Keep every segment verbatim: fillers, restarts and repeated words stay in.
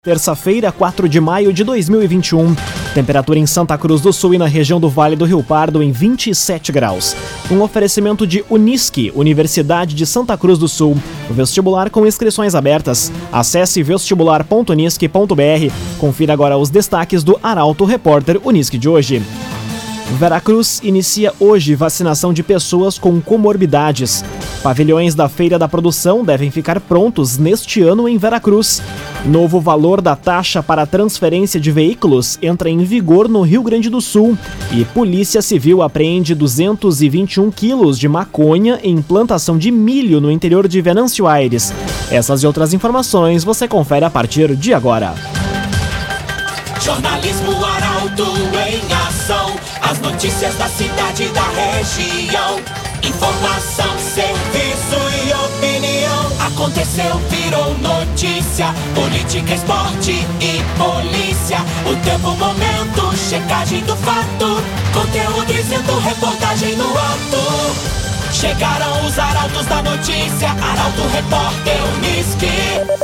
Terça-feira, quatro de maio de dois mil e vinte e um. Temperatura em Santa Cruz do Sul e na região do Vale do Rio Pardo em vinte e sete graus. Um oferecimento de Unisque, Universidade de Santa Cruz do Sul. Vestibular com inscrições abertas. Acesse vestibular ponto unisque ponto br. Confira agora os destaques do Arauto Repórter Unisque de hoje. Veracruz inicia hoje vacinação de pessoas com comorbidades. Pavilhões da Feira da Produção devem ficar prontos neste ano em Veracruz. Novo valor da taxa para transferência de veículos entra em vigor no Rio Grande do Sul. E Polícia Civil apreende duzentos e vinte e um quilos de maconha em plantação de milho no interior de Venâncio Aires. Essas e outras informações você confere a partir de agora. Jornalismo Arauto em ação. As notícias da cidade e da região. Informação, serviço e opinião. Aconteceu, virou notícia. Política, esporte e polícia. O tempo, momento, checagem do fato. Conteúdo dizendo, reportagem no ato. Chegaram os arautos da notícia. Arauto Repórter Unisque.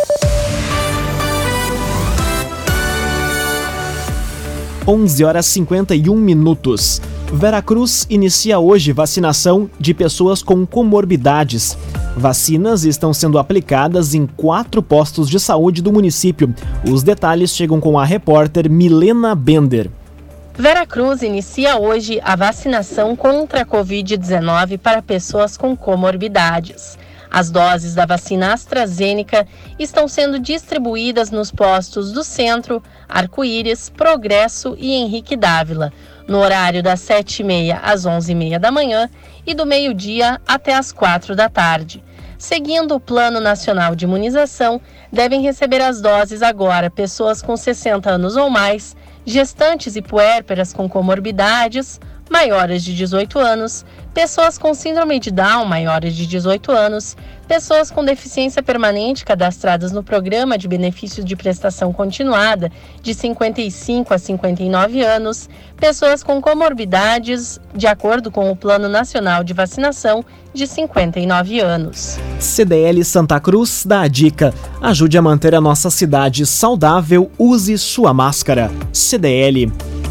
onze horas e cinquenta e um minutos. Veracruz inicia hoje vacinação de pessoas com comorbidades. Vacinas estão sendo aplicadas em quatro postos de saúde do município. Os detalhes chegam com a repórter Milena Bender. Veracruz inicia hoje a vacinação contra a covid dezenove para pessoas com comorbidades. As doses da vacina AstraZeneca estão sendo distribuídas nos postos do Centro, Arco-Íris, Progresso e Henrique Dávila, no horário das sete e meia às onze e meia da manhã e do meio-dia até às quatro da tarde. Seguindo o Plano Nacional de Imunização, devem receber as doses agora pessoas com sessenta anos ou mais, gestantes e puérperas com comorbidades, maiores de dezoito anos, pessoas com síndrome de Down maiores de dezoito anos, pessoas com deficiência permanente cadastradas no Programa de Benefícios de Prestação Continuada de cinquenta e cinco a cinquenta e nove anos, pessoas com comorbidades de acordo com o Plano Nacional de Vacinação de cinquenta e nove anos. C D L Santa Cruz dá a dica: ajude a manter a nossa cidade saudável, use sua máscara. C D L.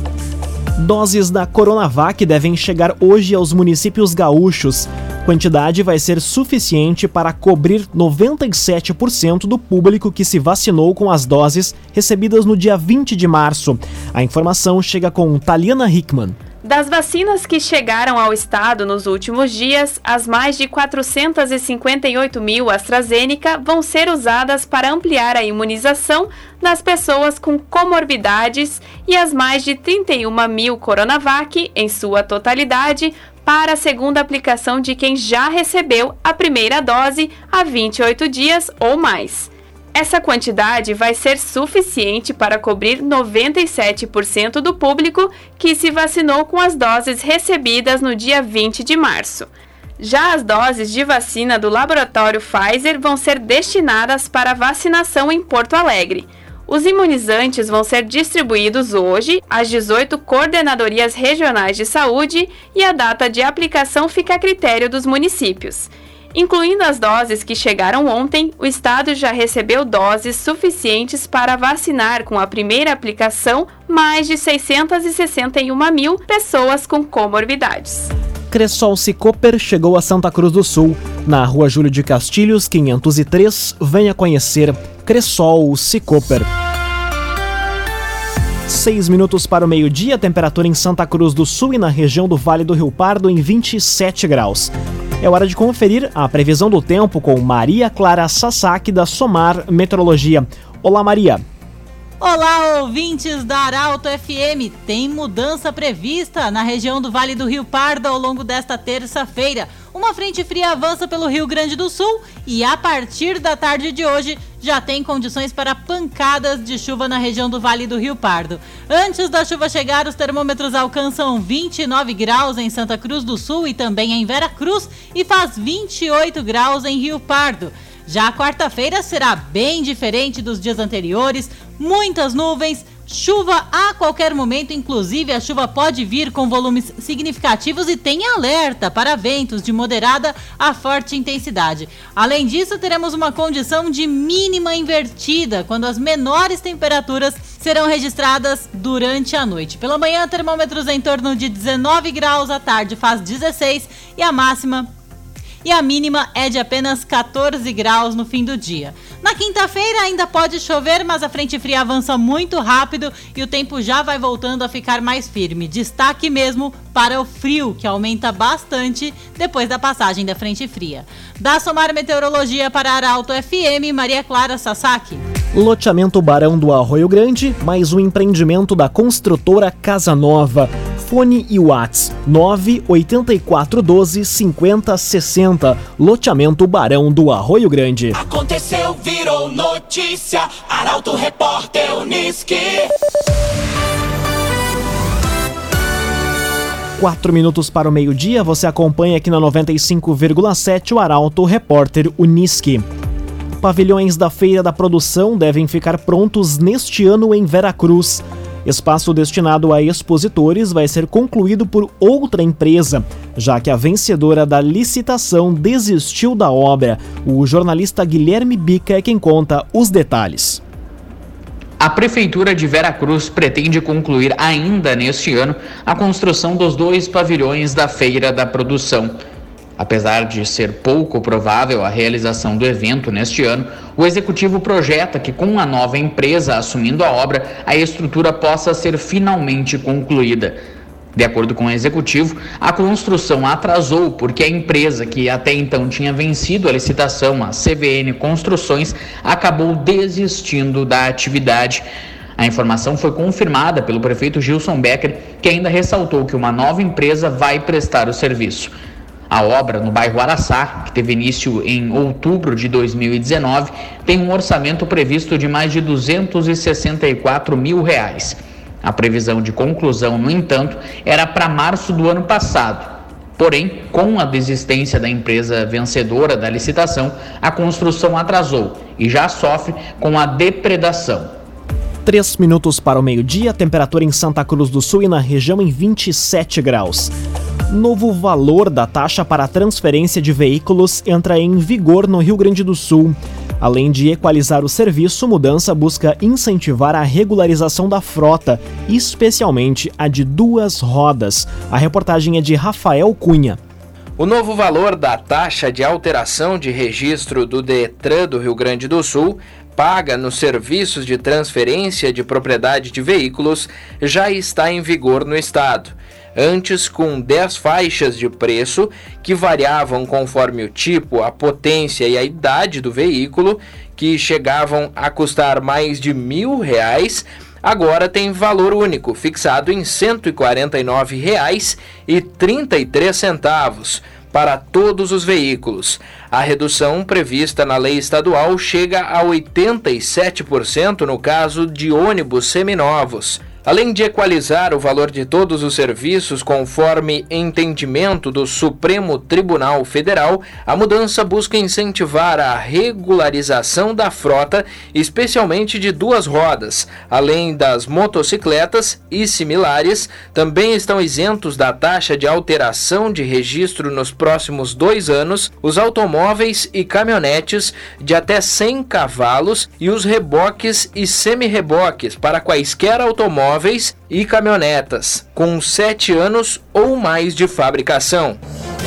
Doses da Coronavac devem chegar hoje aos municípios gaúchos. Quantidade vai ser suficiente para cobrir noventa e sete por cento do público que se vacinou com as doses recebidas no dia vinte de março. A informação chega com Taliana Hickman. Das vacinas que chegaram ao estado nos últimos dias, as mais de quatrocentos e cinquenta e oito mil AstraZeneca vão ser usadas para ampliar a imunização das pessoas com comorbidades e as mais de trinta e uma mil Coronavac, em sua totalidade, para a segunda aplicação de quem já recebeu a primeira dose há vinte e oito dias ou mais. Essa quantidade vai ser suficiente para cobrir noventa e sete por cento do público que se vacinou com as doses recebidas no dia vinte de março. Já as doses de vacina do laboratório Pfizer vão ser destinadas para vacinação em Porto Alegre. Os imunizantes vão ser distribuídos hoje às dezoito coordenadorias regionais de saúde e a data de aplicação fica a critério dos municípios. Incluindo as doses que chegaram ontem, o estado já recebeu doses suficientes para vacinar com a primeira aplicação mais de seiscentos e sessenta e uma mil pessoas com comorbidades. Cressol Cicoper chegou a Santa Cruz do Sul. Na Rua Júlio de Castilhos, quinhentos e três, venha conhecer Cressol Cicoper. Seis minutos para o meio-dia, temperatura em Santa Cruz do Sul e na região do Vale do Rio Pardo em vinte e sete graus. É hora de conferir a previsão do tempo com Maria Clara Sasaki da Somar Meteorologia. Olá, Maria. Olá, ouvintes da Arauto F M. Tem mudança prevista na região do Vale do Rio Pardo ao longo desta terça-feira. Uma frente fria avança pelo Rio Grande do Sul e a partir da tarde de hoje já tem condições para pancadas de chuva na região do Vale do Rio Pardo. Antes da chuva chegar, os termômetros alcançam vinte e nove graus em Santa Cruz do Sul e também em Veracruz e faz vinte e oito graus em Rio Pardo. Já a quarta-feira será bem diferente dos dias anteriores, muitas nuvens, Chuva a qualquer momento, inclusive a chuva pode vir com volumes significativos e tem alerta para ventos de moderada a forte intensidade. Além disso, teremos uma condição de mínima invertida, quando as menores temperaturas serão registradas durante a noite. Pela manhã, termômetros em torno de dezenove graus, à tarde faz dezesseis e a máxima e a mínima é de apenas quatorze graus no fim do dia. Na quinta-feira ainda pode chover, mas a frente fria avança muito rápido e o tempo já vai voltando a ficar mais firme. Destaque mesmo para o frio, que aumenta bastante depois da passagem da frente fria. Da Somar Meteorologia para Arauto F M, Maria Clara Sasaki. Loteamento Barão do Arroio Grande, mais um empreendimento da construtora Casa Nova. Fone e Whats nove oito quatro um dois cinco zero seis zero. Loteamento Barão do Arroio Grande. Aconteceu, virou notícia. Arauto Repórter Unisque. Quatro minutos para o meio-dia, você acompanha aqui na noventa e cinco vírgula sete o Arauto Repórter Unisque. Pavilhões da Feira da Produção devem ficar prontos neste ano em Veracruz. Espaço destinado a expositores vai ser concluído por outra empresa, já que a vencedora da licitação desistiu da obra. O jornalista Guilherme Bica é quem conta os detalhes. A Prefeitura de Veracruz pretende concluir ainda neste ano a construção dos dois pavilhões da Feira da Produção. Apesar de ser pouco provável a realização do evento neste ano, o executivo projeta que, com a nova empresa assumindo a obra, a estrutura possa ser finalmente concluída. De acordo com o executivo, a construção atrasou porque a empresa que até então tinha vencido a licitação, a C V N Construções, acabou desistindo da atividade. A informação foi confirmada pelo prefeito Gilson Becker, que ainda ressaltou que uma nova empresa vai prestar o serviço. A obra, no bairro Araçá, que teve início em outubro de dois mil e dezenove, tem um orçamento previsto de mais de duzentos e sessenta e quatro mil reais. A previsão de conclusão, no entanto, era para março do ano passado. Porém, com a desistência da empresa vencedora da licitação, a construção atrasou e já sofre com a depredação. Três minutos para o meio-dia, temperatura em Santa Cruz do Sul e na região em vinte e sete graus. Novo valor da taxa para transferência de veículos entra em vigor no Rio Grande do Sul. Além de equalizar o serviço, mudança busca incentivar a regularização da frota, especialmente a de duas rodas. A reportagem é de Rafael Cunha. O novo valor da taxa de alteração de registro do Detran do Rio Grande do Sul, paga nos serviços de transferência de propriedade de veículos, já está em vigor no estado. Antes, com dez faixas de preço, que variavam conforme o tipo, a potência e a idade do veículo, que chegavam a custar mais de mil reais, agora tem valor único, fixado em cento e quarenta e nove reais e trinta e três centavos para todos os veículos. A redução prevista na lei estadual chega a oitenta e sete por cento no caso de ônibus seminovos. Além de equalizar o valor de todos os serviços conforme entendimento do Supremo Tribunal Federal, a mudança busca incentivar a regularização da frota, especialmente de duas rodas. Além das motocicletas e similares, também estão isentos da taxa de alteração de registro nos próximos dois anos os automóveis e caminhonetes de até cem cavalos e os reboques e semi-reboques para quaisquer automóveis e caminhonetas com sete anos ou mais de fabricação.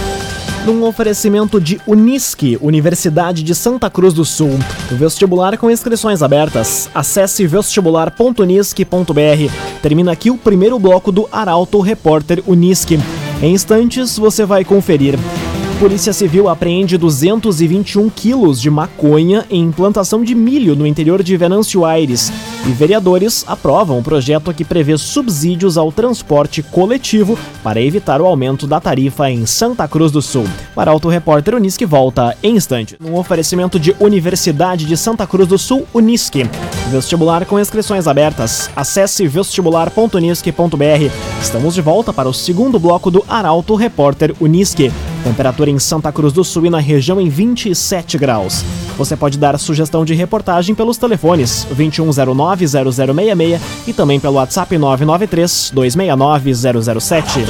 Num oferecimento de Unisque, Universidade de Santa Cruz do Sul. Vestibular com inscrições abertas. Acesse vestibular ponto unisque ponto br. Termina aqui o primeiro bloco do Arauto Repórter Unisque. Em instantes você vai conferir. Polícia Civil apreende duzentos e vinte e um quilos de maconha em plantação de milho no interior de Venâncio Aires. E vereadores aprovam um projeto que prevê subsídios ao transporte coletivo para evitar o aumento da tarifa em Santa Cruz do Sul. O Arauto Repórter Unisque volta em instante. Um oferecimento de Universidade de Santa Cruz do Sul, Unisque. Vestibular com inscrições abertas. Acesse vestibular ponto unisque ponto br. Estamos de volta para o segundo bloco do Arauto Repórter Unisque. Temperatura em Santa Cruz do Sul e na região em vinte e sete graus. Você pode dar sugestão de reportagem pelos telefones vinte e um zero nove, zero zero seis seis e também pelo WhatsApp nove nove três, dois seis nove, zero zero sete.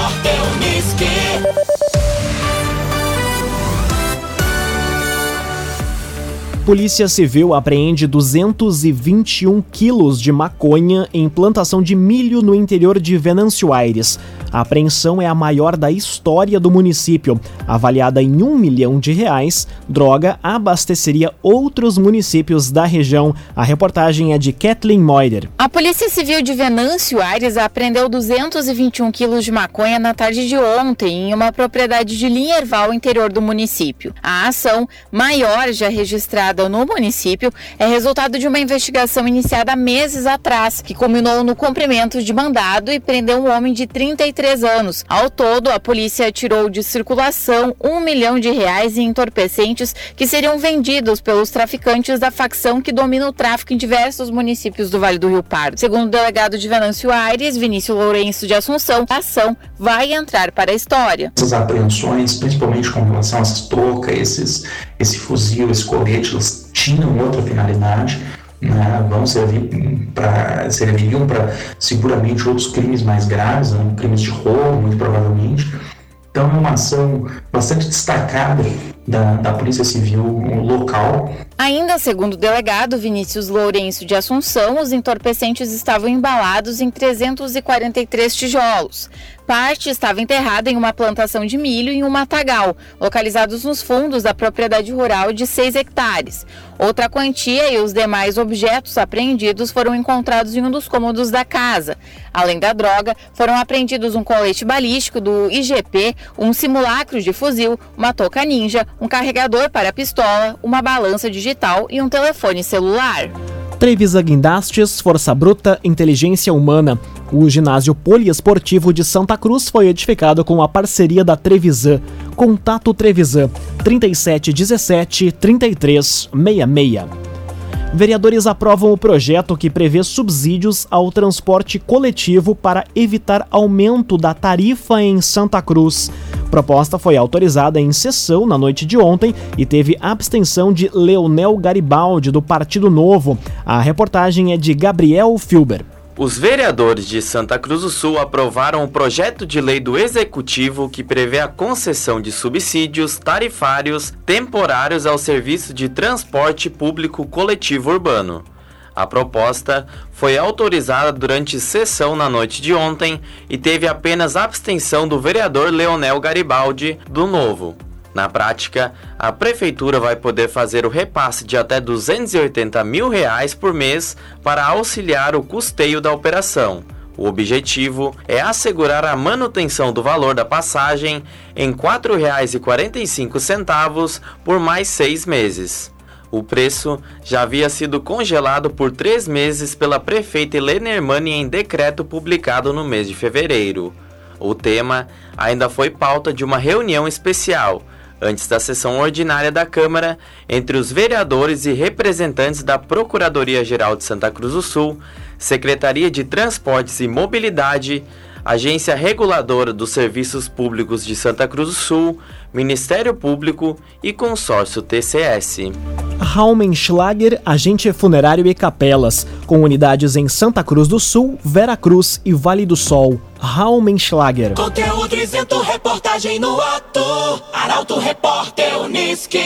Polícia Civil apreende duzentos e vinte e um quilos de maconha em plantação de milho no interior de Venâncio Aires. A apreensão é a maior da história do município. Avaliada em um milhão de reais, droga abasteceria outros municípios da região. A reportagem é de Kathleen Moider. A Polícia Civil de Venâncio Aires apreendeu duzentos e vinte e um quilos de maconha na tarde de ontem em uma propriedade de Linherval, interior do município. A ação, maior já registrada no município, é resultado de uma investigação iniciada meses atrás, que culminou no cumprimento de mandado e prendeu um homem de trinta e três anos. Ao todo, a polícia tirou de circulação um milhão de reais em entorpecentes que seriam vendidos pelos traficantes da facção que domina o tráfico em diversos municípios do Vale do Rio Pardo. Segundo o delegado de Venâncio Aires, Vinícius Lourenço de Assunção, a ação vai entrar para a história. Essas apreensões, principalmente com relação a essas tocas, esses, esse fuzil, esse colete, elas tinham outra finalidade, né? Vão servir para serviriam para seguramente outros crimes mais graves, né? Crimes de roubo, muito provavelmente. Então é uma ação bastante destacada da, da Polícia Civil local. Ainda segundo o delegado Vinícius Lourenço de Assunção, os entorpecentes estavam embalados em trezentos e quarenta e três tijolos. Parte estava enterrada em uma plantação de milho e em um matagal, localizados nos fundos da propriedade rural de seis hectares. Outra quantia e os demais objetos apreendidos foram encontrados em um dos cômodos da casa. Além da droga, foram apreendidos um colete balístico do I G P, um simulacro de fuzil, uma touca ninja, um carregador para pistola, uma balança digital e um telefone celular. Trevisan Guindastes, Força Bruta, Inteligência Humana. O ginásio poliesportivo de Santa Cruz foi edificado com a parceria da Trevisan. Contato Trevisan trinta e sete dezessete, trinta e três sessenta e seis. Vereadores aprovam o projeto que prevê subsídios ao transporte coletivo para evitar aumento da tarifa em Santa Cruz. A proposta foi autorizada em sessão na noite de ontem e teve abstenção de Leonel Garibaldi, do Partido Novo. A reportagem é de Gabriel Filber. Os vereadores de Santa Cruz do Sul aprovaram o projeto de lei do Executivo que prevê a concessão de subsídios tarifários temporários ao serviço de transporte público coletivo urbano. A proposta foi autorizada durante sessão na noite de ontem e teve apenas abstenção do vereador Leonel Garibaldi, do Novo. Na prática, a Prefeitura vai poder fazer o repasse de até duzentos e oitenta mil reais por mês para auxiliar o custeio da operação. O objetivo é assegurar a manutenção do valor da passagem em quatro reais e quarenta e cinco centavos por mais seis meses. O preço já havia sido congelado por três meses pela prefeita Helena Hermani em decreto publicado no mês de fevereiro. O tema ainda foi pauta de uma reunião especial, antes da sessão ordinária da Câmara, entre os vereadores e representantes da Procuradoria-Geral de Santa Cruz do Sul, Secretaria de Transportes e Mobilidade, Agência Reguladora dos Serviços Públicos de Santa Cruz do Sul, Ministério Público e Consórcio T C S. Raumenschlager, agente funerário e capelas, com unidades em Santa Cruz do Sul, Vera Cruz e Vale do Sol. Raumenschlager. Conteúdo isento, reportagem no ato. Arauto Repórter Unisque.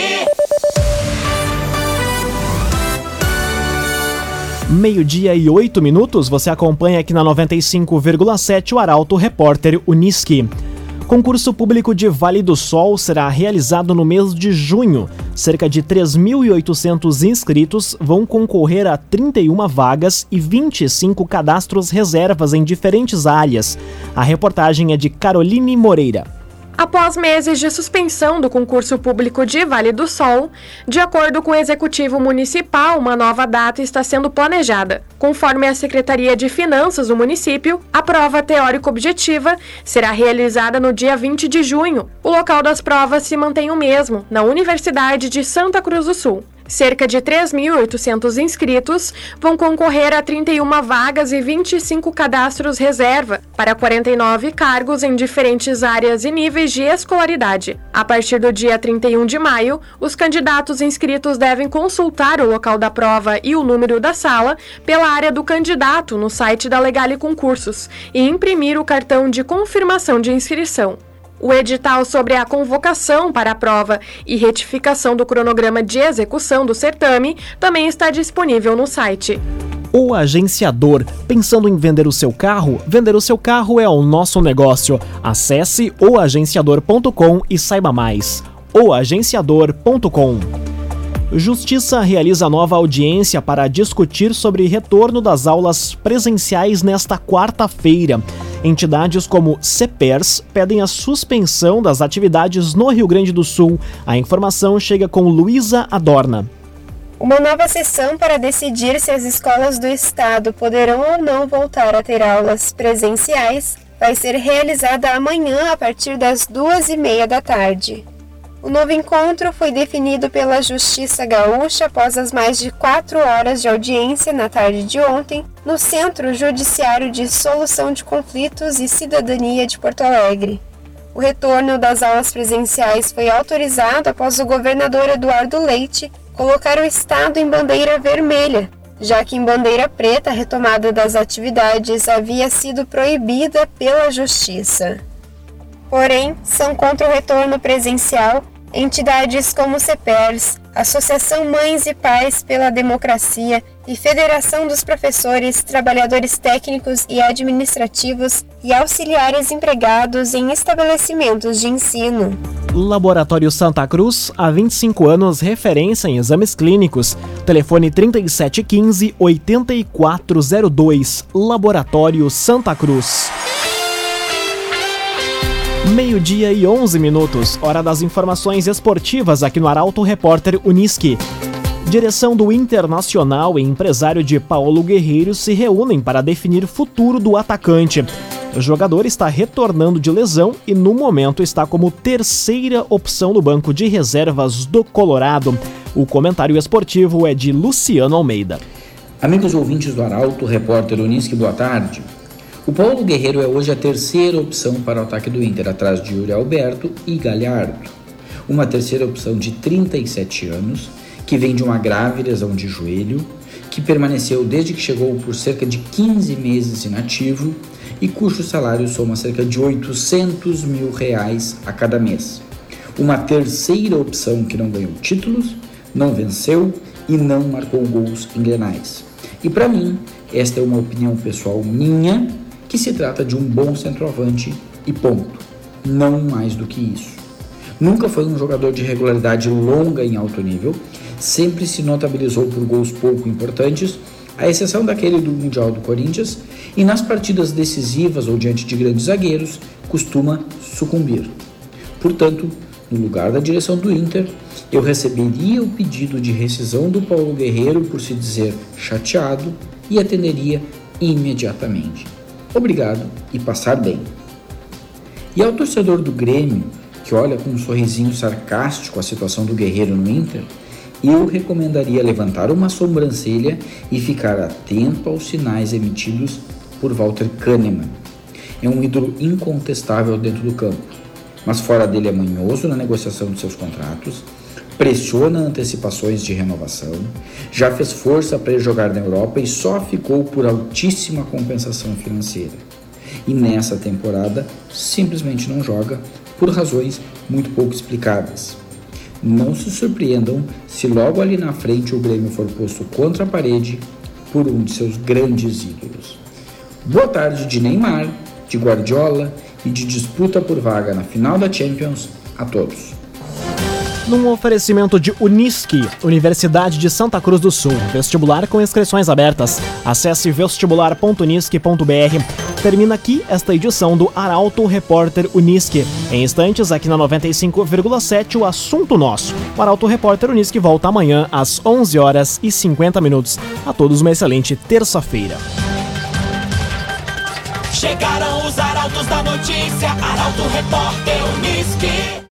Meio-dia e oito minutos, você acompanha aqui na noventa e cinco vírgula sete o Arauto Repórter Unisque. Concurso público de Vale do Sol será realizado no mês de junho. Cerca de três mil e oitocentos inscritos vão concorrer a trinta e uma vagas e vinte e cinco cadastros reservas em diferentes áreas. A reportagem é de Caroline Moreira. Após meses de suspensão do concurso público de Vale do Sol, de acordo com o Executivo Municipal, uma nova data está sendo planejada. Conforme a Secretaria de Finanças do município, a prova teórico-objetiva será realizada no dia vinte de junho. O local das provas se mantém o mesmo, na Universidade de Santa Cruz do Sul. Cerca de três mil e oitocentos inscritos vão concorrer a trinta e uma vagas e vinte e cinco cadastros reserva para quarenta e nove cargos em diferentes áreas e níveis de escolaridade. A partir do dia trinta e um de maio, os candidatos inscritos devem consultar o local da prova e o número da sala pela área do candidato no site da Legale Concursos e imprimir o cartão de confirmação de inscrição. O edital sobre a convocação para a prova e retificação do cronograma de execução do certame também está disponível no site. O agenciador, pensando em vender o seu carro? Vender o seu carro é o nosso negócio. Acesse o agenciador ponto com e saiba mais. o agenciador ponto com. Justiça realiza nova audiência para discutir sobre retorno das aulas presenciais nesta quarta-feira. Entidades como CEPERS pedem a suspensão das atividades no Rio Grande do Sul. A informação chega com Luísa Adorna. Uma nova sessão para decidir se as escolas do estado poderão ou não voltar a ter aulas presenciais vai ser realizada amanhã a partir das duas e meia da tarde. O novo encontro foi definido pela Justiça Gaúcha após as mais de quatro horas de audiência na tarde de ontem no Centro Judiciário de Solução de Conflitos e Cidadania de Porto Alegre. O retorno das aulas presenciais foi autorizado após o governador Eduardo Leite colocar o estado em bandeira vermelha, já que em bandeira preta a retomada das atividades havia sido proibida pela Justiça. Porém, são contra o retorno presencial entidades como CEPERS, Associação Mães e Pais pela Democracia e Federação dos Professores, Trabalhadores Técnicos e Administrativos e Auxiliares Empregados em Estabelecimentos de Ensino. Laboratório Santa Cruz, há vinte e cinco anos, referência em exames clínicos. Telefone trinta e sete quinze, oitenta e quatro zero dois. Laboratório Santa Cruz. Meio-dia e onze minutos, hora das informações esportivas aqui no Arauto Repórter Unisque. Direção do Internacional e empresário de Paulo Guerreiro se reúnem para definir o futuro do atacante. O jogador está retornando de lesão e no momento está como terceira opção no banco de reservas do Colorado. O comentário esportivo é de Luciano Almeida. Amigos ouvintes do Arauto Repórter Unisque, boa tarde. O Paulo Guerreiro é hoje a terceira opção para o ataque do Inter, atrás de Yuri Alberto e Galhardo. Uma terceira opção de trinta e sete anos, que vem de uma grave lesão de joelho, que permaneceu desde que chegou por cerca de quinze meses inativo e cujo salário soma cerca de oitocentos mil reais a cada mês. Uma terceira opção que não ganhou títulos, não venceu e não marcou gols em Grenais. E para mim, esta é uma opinião pessoal minha, que se trata de um bom centroavante e ponto. Não mais do que isso. Nunca foi um jogador de regularidade longa em alto nível, sempre se notabilizou por gols pouco importantes, à exceção daquele do Mundial do Corinthians, e nas partidas decisivas ou diante de grandes zagueiros, costuma sucumbir. Portanto, no lugar da direção do Inter, eu receberia o pedido de rescisão do Paulo Guerreiro por se dizer chateado e atenderia imediatamente. Obrigado e passar bem. E ao torcedor do Grêmio, que olha com um sorrisinho sarcástico a situação do Guerreiro no Inter, eu recomendaria levantar uma sobrancelha e ficar atento aos sinais emitidos por Walter Kahneman. É um ídolo incontestável dentro do campo, mas fora dele é manhoso na negociação de seus contratos, pressiona antecipações de renovação, já fez força para ir jogar na Europa e só ficou por altíssima compensação financeira. E nessa temporada simplesmente não joga por razões muito pouco explicadas. Não se surpreendam se logo ali na frente o Grêmio for posto contra a parede por um de seus grandes ídolos. Boa tarde de Neymar, de Guardiola e de disputa por vaga na final da Champions a todos. Num oferecimento de Unisque, Universidade de Santa Cruz do Sul. Vestibular com inscrições abertas. Acesse vestibular ponto unisque ponto b r. Termina aqui esta edição do Arauto Repórter Unisque. Em instantes, aqui na noventa e cinco vírgula sete, o assunto nosso. O Arauto Repórter Unisque volta amanhã às onze horas e cinquenta minutos. A todos uma excelente terça-feira. Chegaram os arautos da notícia, Arauto Repórter Unisque.